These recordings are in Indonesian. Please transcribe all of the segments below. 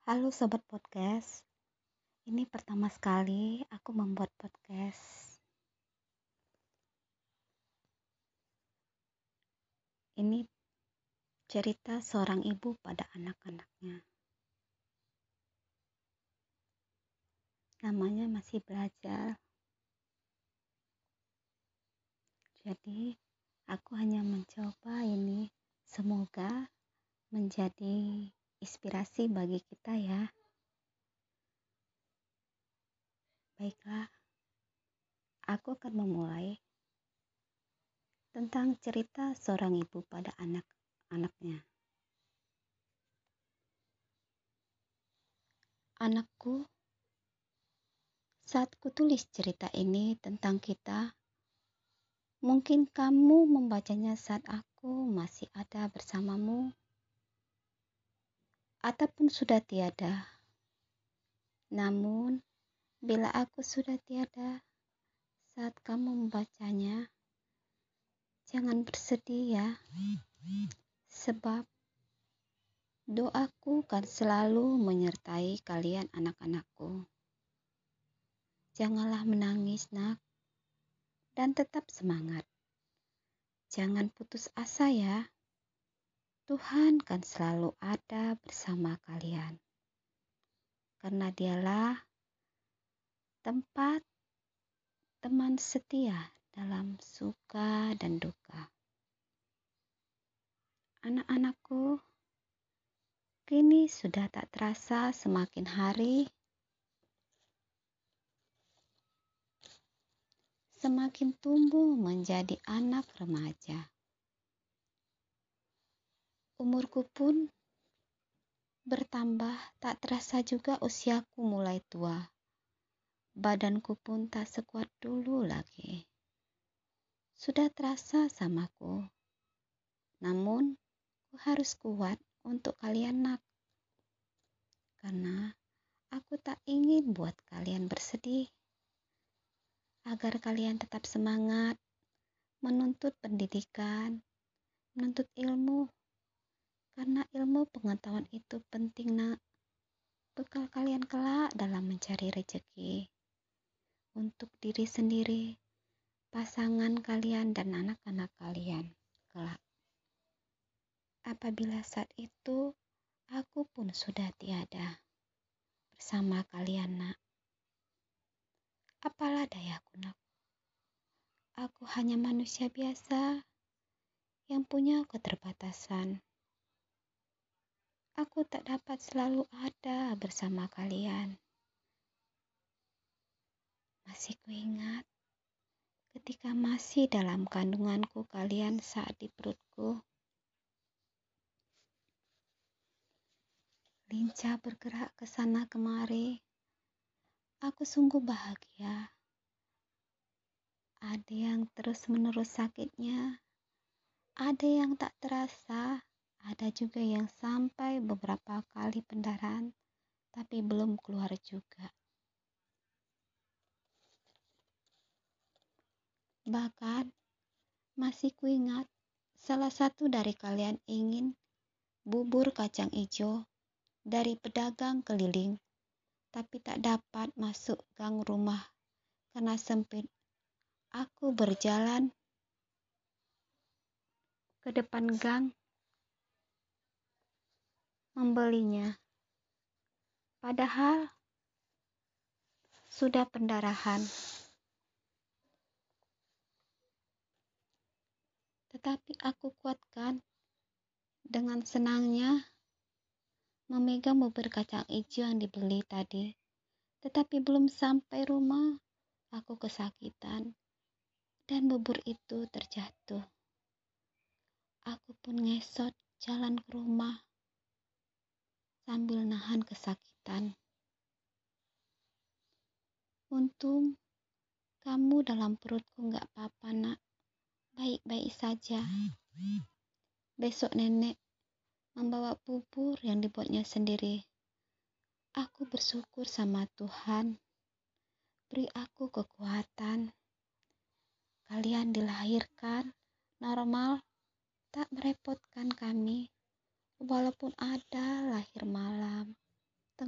Halo Sobat Podcast, ini pertama sekali aku membuat podcast. Ini cerita seorang ibu pada anak-anaknya. Namanya masih belajar. Jadi aku hanya mencoba ini, semoga menjadi inspirasi bagi kita ya. Baiklah, aku akan memulai tentang cerita seorang ibu pada anak-anaknya. Anakku, saat kutulis cerita ini tentang kita, mungkin kamu membacanya saat aku masih ada bersamamu, ataupun sudah tiada. Namun, bila aku sudah tiada saat kamu membacanya, jangan bersedih ya, sebab doaku kan selalu menyertai kalian anak-anakku. Janganlah menangis, nak, dan tetap semangat. Jangan putus asa ya. Tuhan kan selalu ada bersama kalian. Karena dialah tempat teman setia dalam suka dan duka. Anak-anakku, kini sudah tak terasa semakin hari semakin tumbuh menjadi anak remaja. Umurku pun bertambah, tak terasa juga usiaku mulai tua. Badanku pun tak sekuat dulu lagi. Sudah terasa samaku. Namun, ku harus kuat untuk kalian, nak. Karena aku tak ingin buat kalian bersedih. Agar kalian tetap semangat menuntut pendidikan, menuntut ilmu. Karena ilmu pengetahuan itu penting, nak. Bekal kalian kelak dalam mencari rezeki. Untuk diri sendiri, pasangan kalian, dan anak-anak kalian kelak. Apabila saat itu, aku pun sudah tiada bersama kalian, nak. Apalah dayaku, nak. Aku hanya manusia biasa yang punya keterbatasan. Aku tak dapat selalu ada bersama kalian. Masih kuingat ketika masih dalam kandunganku kalian saat di perutku. Lincah bergerak ke sana kemari. Aku sungguh bahagia. Ada yang terus-menerus sakitnya, ada yang tak terasa, ada juga yang sampai beberapa kali pendarahan, tapi belum keluar juga. Bahkan, masih kuingat salah satu dari kalian ingin bubur kacang ijo dari pedagang keliling, tapi tak dapat masuk gang rumah karena sempit. Aku berjalan ke depan gang membelinya. Padahal sudah pendarahan. Tetapi aku kuatkan dengan senangnya memegang bubur kacang ijo yang dibeli tadi. Tetapi belum sampai rumah, aku kesakitan dan bubur itu terjatuh. Aku pun ngesot jalan ke rumah sambil nahan kesakitan. Untung kamu dalam perutku gak apa-apa, nak. Baik-baik saja. Besok nenek membawa bubur yang dibuatnya sendiri. Aku bersyukur sama Tuhan. Beri aku kekuatan. Kalian dilahirkan normal, tak merepotkan kami. Walaupun ada lahir malam,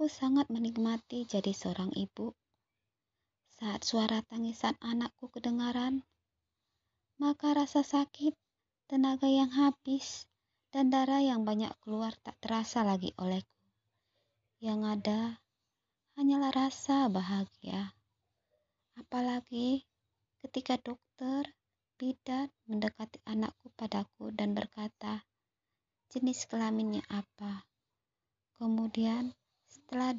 sangat menikmati jadi seorang ibu. Saat suara tangisan anakku kedengaran, maka rasa sakit, tenaga yang habis, dan darah yang banyak keluar tak terasa lagi olehku. Yang ada hanyalah rasa bahagia. Apalagi ketika dokter bidan mendekati anakku padaku dan berkata, jenis kelaminnya apa. Kemudian setelah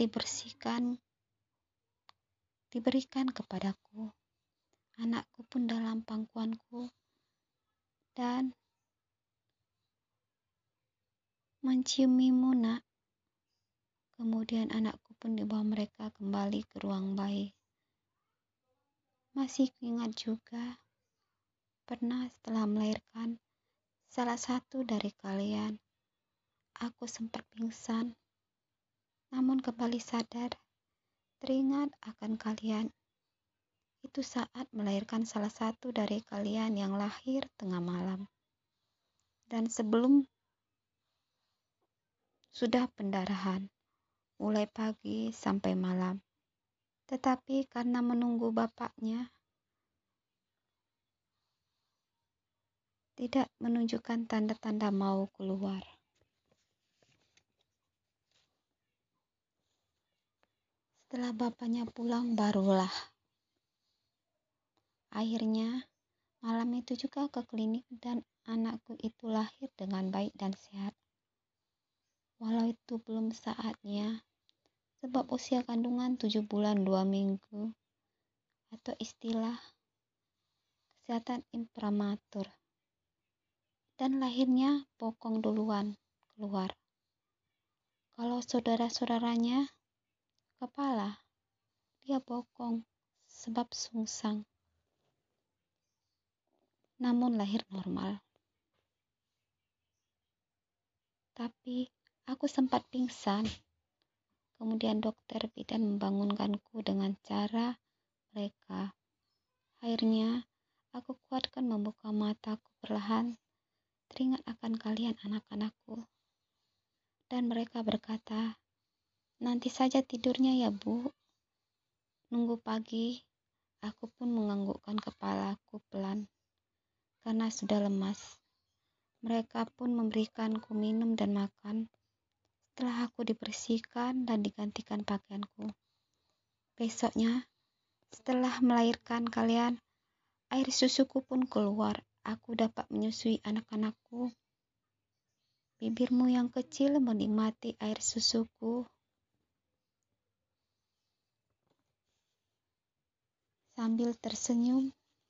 diberikan kepadaku, anakku pun dalam pangkuanku dan menciumimu nak. Kemudian anakku pun dibawa mereka kembali ke ruang bayi. Masih ingat juga pernah setelah melahirkan salah satu dari kalian, aku sempat pingsan, namun kembali sadar, teringat akan kalian. Itu saat melahirkan salah satu dari kalian yang lahir tengah malam. Dan sebelum sudah pendarahan, mulai pagi sampai malam. Tetapi karena menunggu bapaknya, tidak menunjukkan tanda-tanda mau keluar. Setelah bapaknya pulang barulah. Akhirnya malam itu juga ke klinik dan anakku itu lahir dengan baik dan sehat. Walau itu belum saatnya, sebab usia kandungan 7 bulan 2 minggu atau istilah kesehatan imprematur. Dan lahirnya bokong duluan keluar. Kalau saudara-saudaranya kepala, dia bokong sebab sungsang. Namun lahir normal. Tapi aku sempat pingsan. Kemudian dokter bidan membangunkanku dengan cara mereka. Akhirnya aku kuatkan membuka mataku perlahan, teringat akan kalian anak-anakku. Dan mereka berkata, nanti saja tidurnya ya Bu. Nunggu pagi, aku pun menganggukkan kepalaku pelan, karena sudah lemas. Mereka pun memberikanku minum dan makan. Setelah aku dibersihkan dan digantikan pakaianku. Besoknya, setelah melahirkan kalian, air susuku pun keluar. Aku dapat menyusui anak-anakku. Bibirmu yang kecil menikmati air susuku. Sambil tersenyum.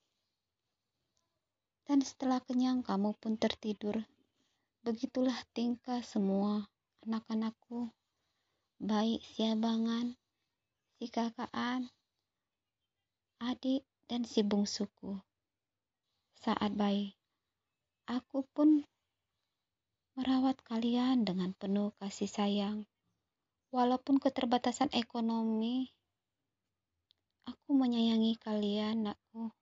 Dan setelah kenyang, kamu pun tertidur. Begitulah tingkah semua anak-anakku. Baik si abangan, si kakaan, adik, dan si bungsuku. Saat bayi, aku pun merawat kalian dengan penuh kasih sayang. Walaupun keterbatasan ekonomi, aku menyayangi kalian, nakku.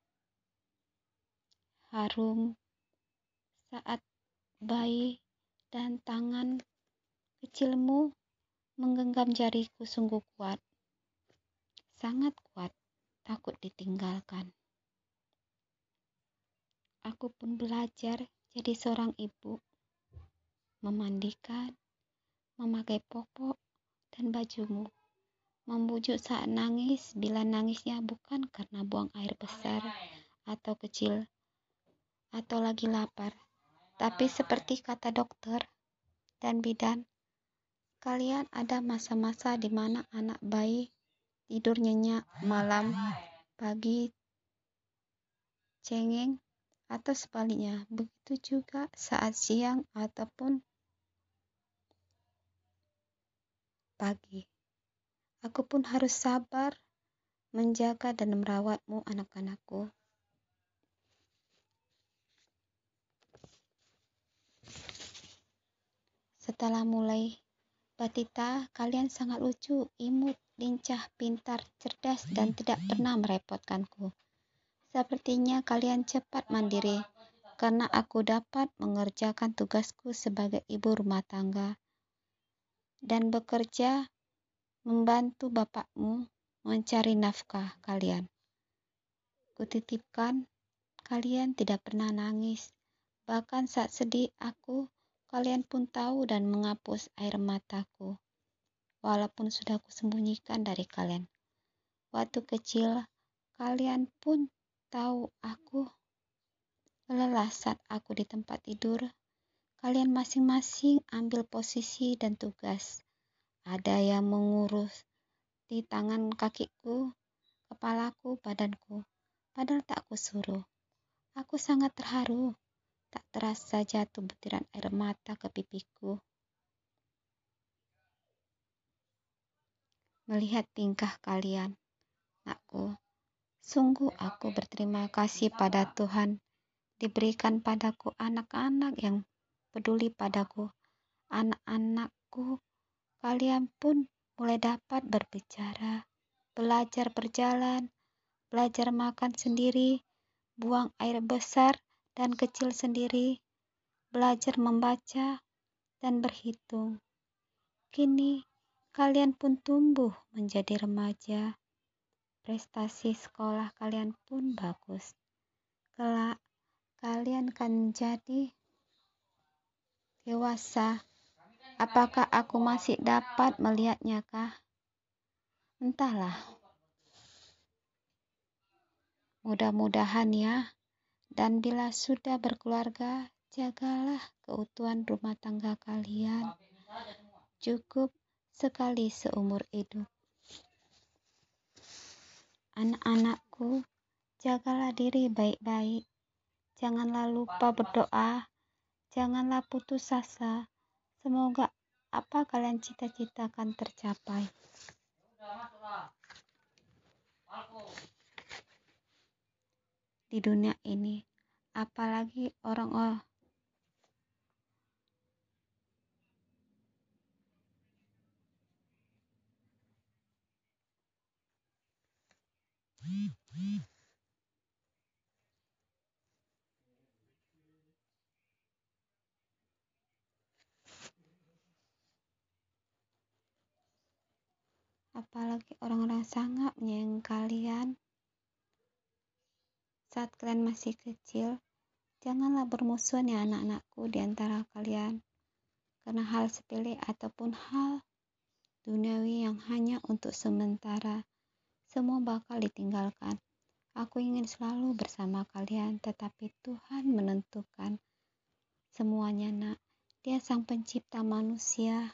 Harum saat bayi dan tangan kecilmu menggenggam jariku sungguh kuat. Sangat kuat, takut ditinggalkan. Aku pun belajar jadi seorang ibu. Memandikan, memakai popok dan bajumu. Membujuk saat nangis bila nangisnya bukan karena buang air besar atau kecil atau lagi lapar. Tapi seperti kata dokter dan bidan, kalian ada masa-masa di mana anak bayi tidur nyenyak malam, pagi cengeng, atau sebaliknya. Begitu juga saat siang ataupun pagi. Aku pun harus sabar menjaga dan merawatmu anak-anakku. Setelah mulai batita, kalian sangat lucu, imut, lincah, pintar, cerdas, dan tidak pernah merepotkanku. Sepertinya kalian cepat mandiri, karena aku dapat mengerjakan tugasku sebagai ibu rumah tangga dan bekerja membantu bapakmu mencari nafkah kalian. Kutitipkan, kalian tidak pernah nangis. Bahkan saat sedih kalian pun tahu dan menghapus air mataku. Walaupun sudah kusembunyikan dari kalian. Waktu kecil, kalian pun tahu aku lelah saat aku di tempat tidur. Kalian masing-masing ambil posisi dan tugas. Ada yang mengurus di tangan kakiku, kepalaku, badanku. Padahal tak kusuruh. Aku sangat terharu. Tak terasa jatuh butiran air mata ke pipiku. Melihat tingkah kalian, nakku. Sungguh aku berterima kasih pada Tuhan. Diberikan padaku anak-anak yang peduli padaku. Anak-anakku, kalian pun mulai dapat berbicara, belajar berjalan, belajar makan sendiri, buang air besar dan kecil sendiri, belajar membaca dan berhitung. Kini, kalian pun tumbuh menjadi remaja. Prestasi sekolah kalian pun bagus. Kelak, kalian akan jadi dewasa. Apakah aku masih dapat melihatnya kah? Entahlah. Mudah-mudahan ya. Dan bila sudah berkeluarga, jagalah keutuhan rumah tangga kalian. Cukup sekali seumur hidup. Anak-anakku, jagalah diri baik-baik. Janganlah lupa berdoa. Janganlah putus asa. Semoga apa kalian cita-citakan tercapai. Di dunia ini, apalagi orang-orang sangat menyayangi kalian saat kalian masih kecil. Janganlah bermusuhan ya anak-anakku di antara kalian karena hal sepele ataupun hal duniawi yang hanya untuk sementara. Semua bakal ditinggalkan. Aku ingin selalu bersama kalian, tetapi Tuhan menentukan semuanya, nak. Dia sang pencipta manusia.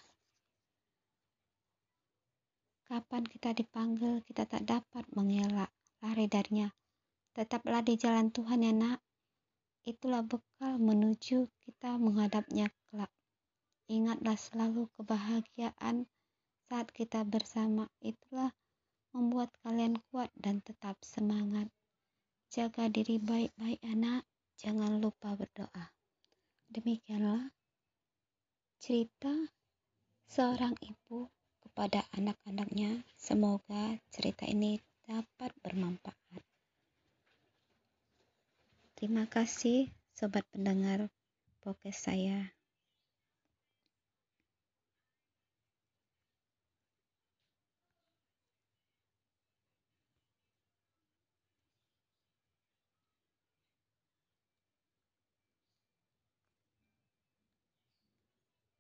Kapan kita dipanggil, kita tak dapat mengelak, lari darinya. Tetaplah di jalan Tuhan ya, nak. Itulah bekal menuju kita menghadapnya kelak. Ingatlah selalu kebahagiaan saat kita bersama. Itulah membuat kalian kuat dan tetap semangat. Jaga diri baik-baik, anak. Jangan lupa berdoa. Demikianlah cerita seorang ibu kepada anak-anaknya. Semoga cerita ini dapat bermanfaat. Terima kasih sobat pendengar podcast saya.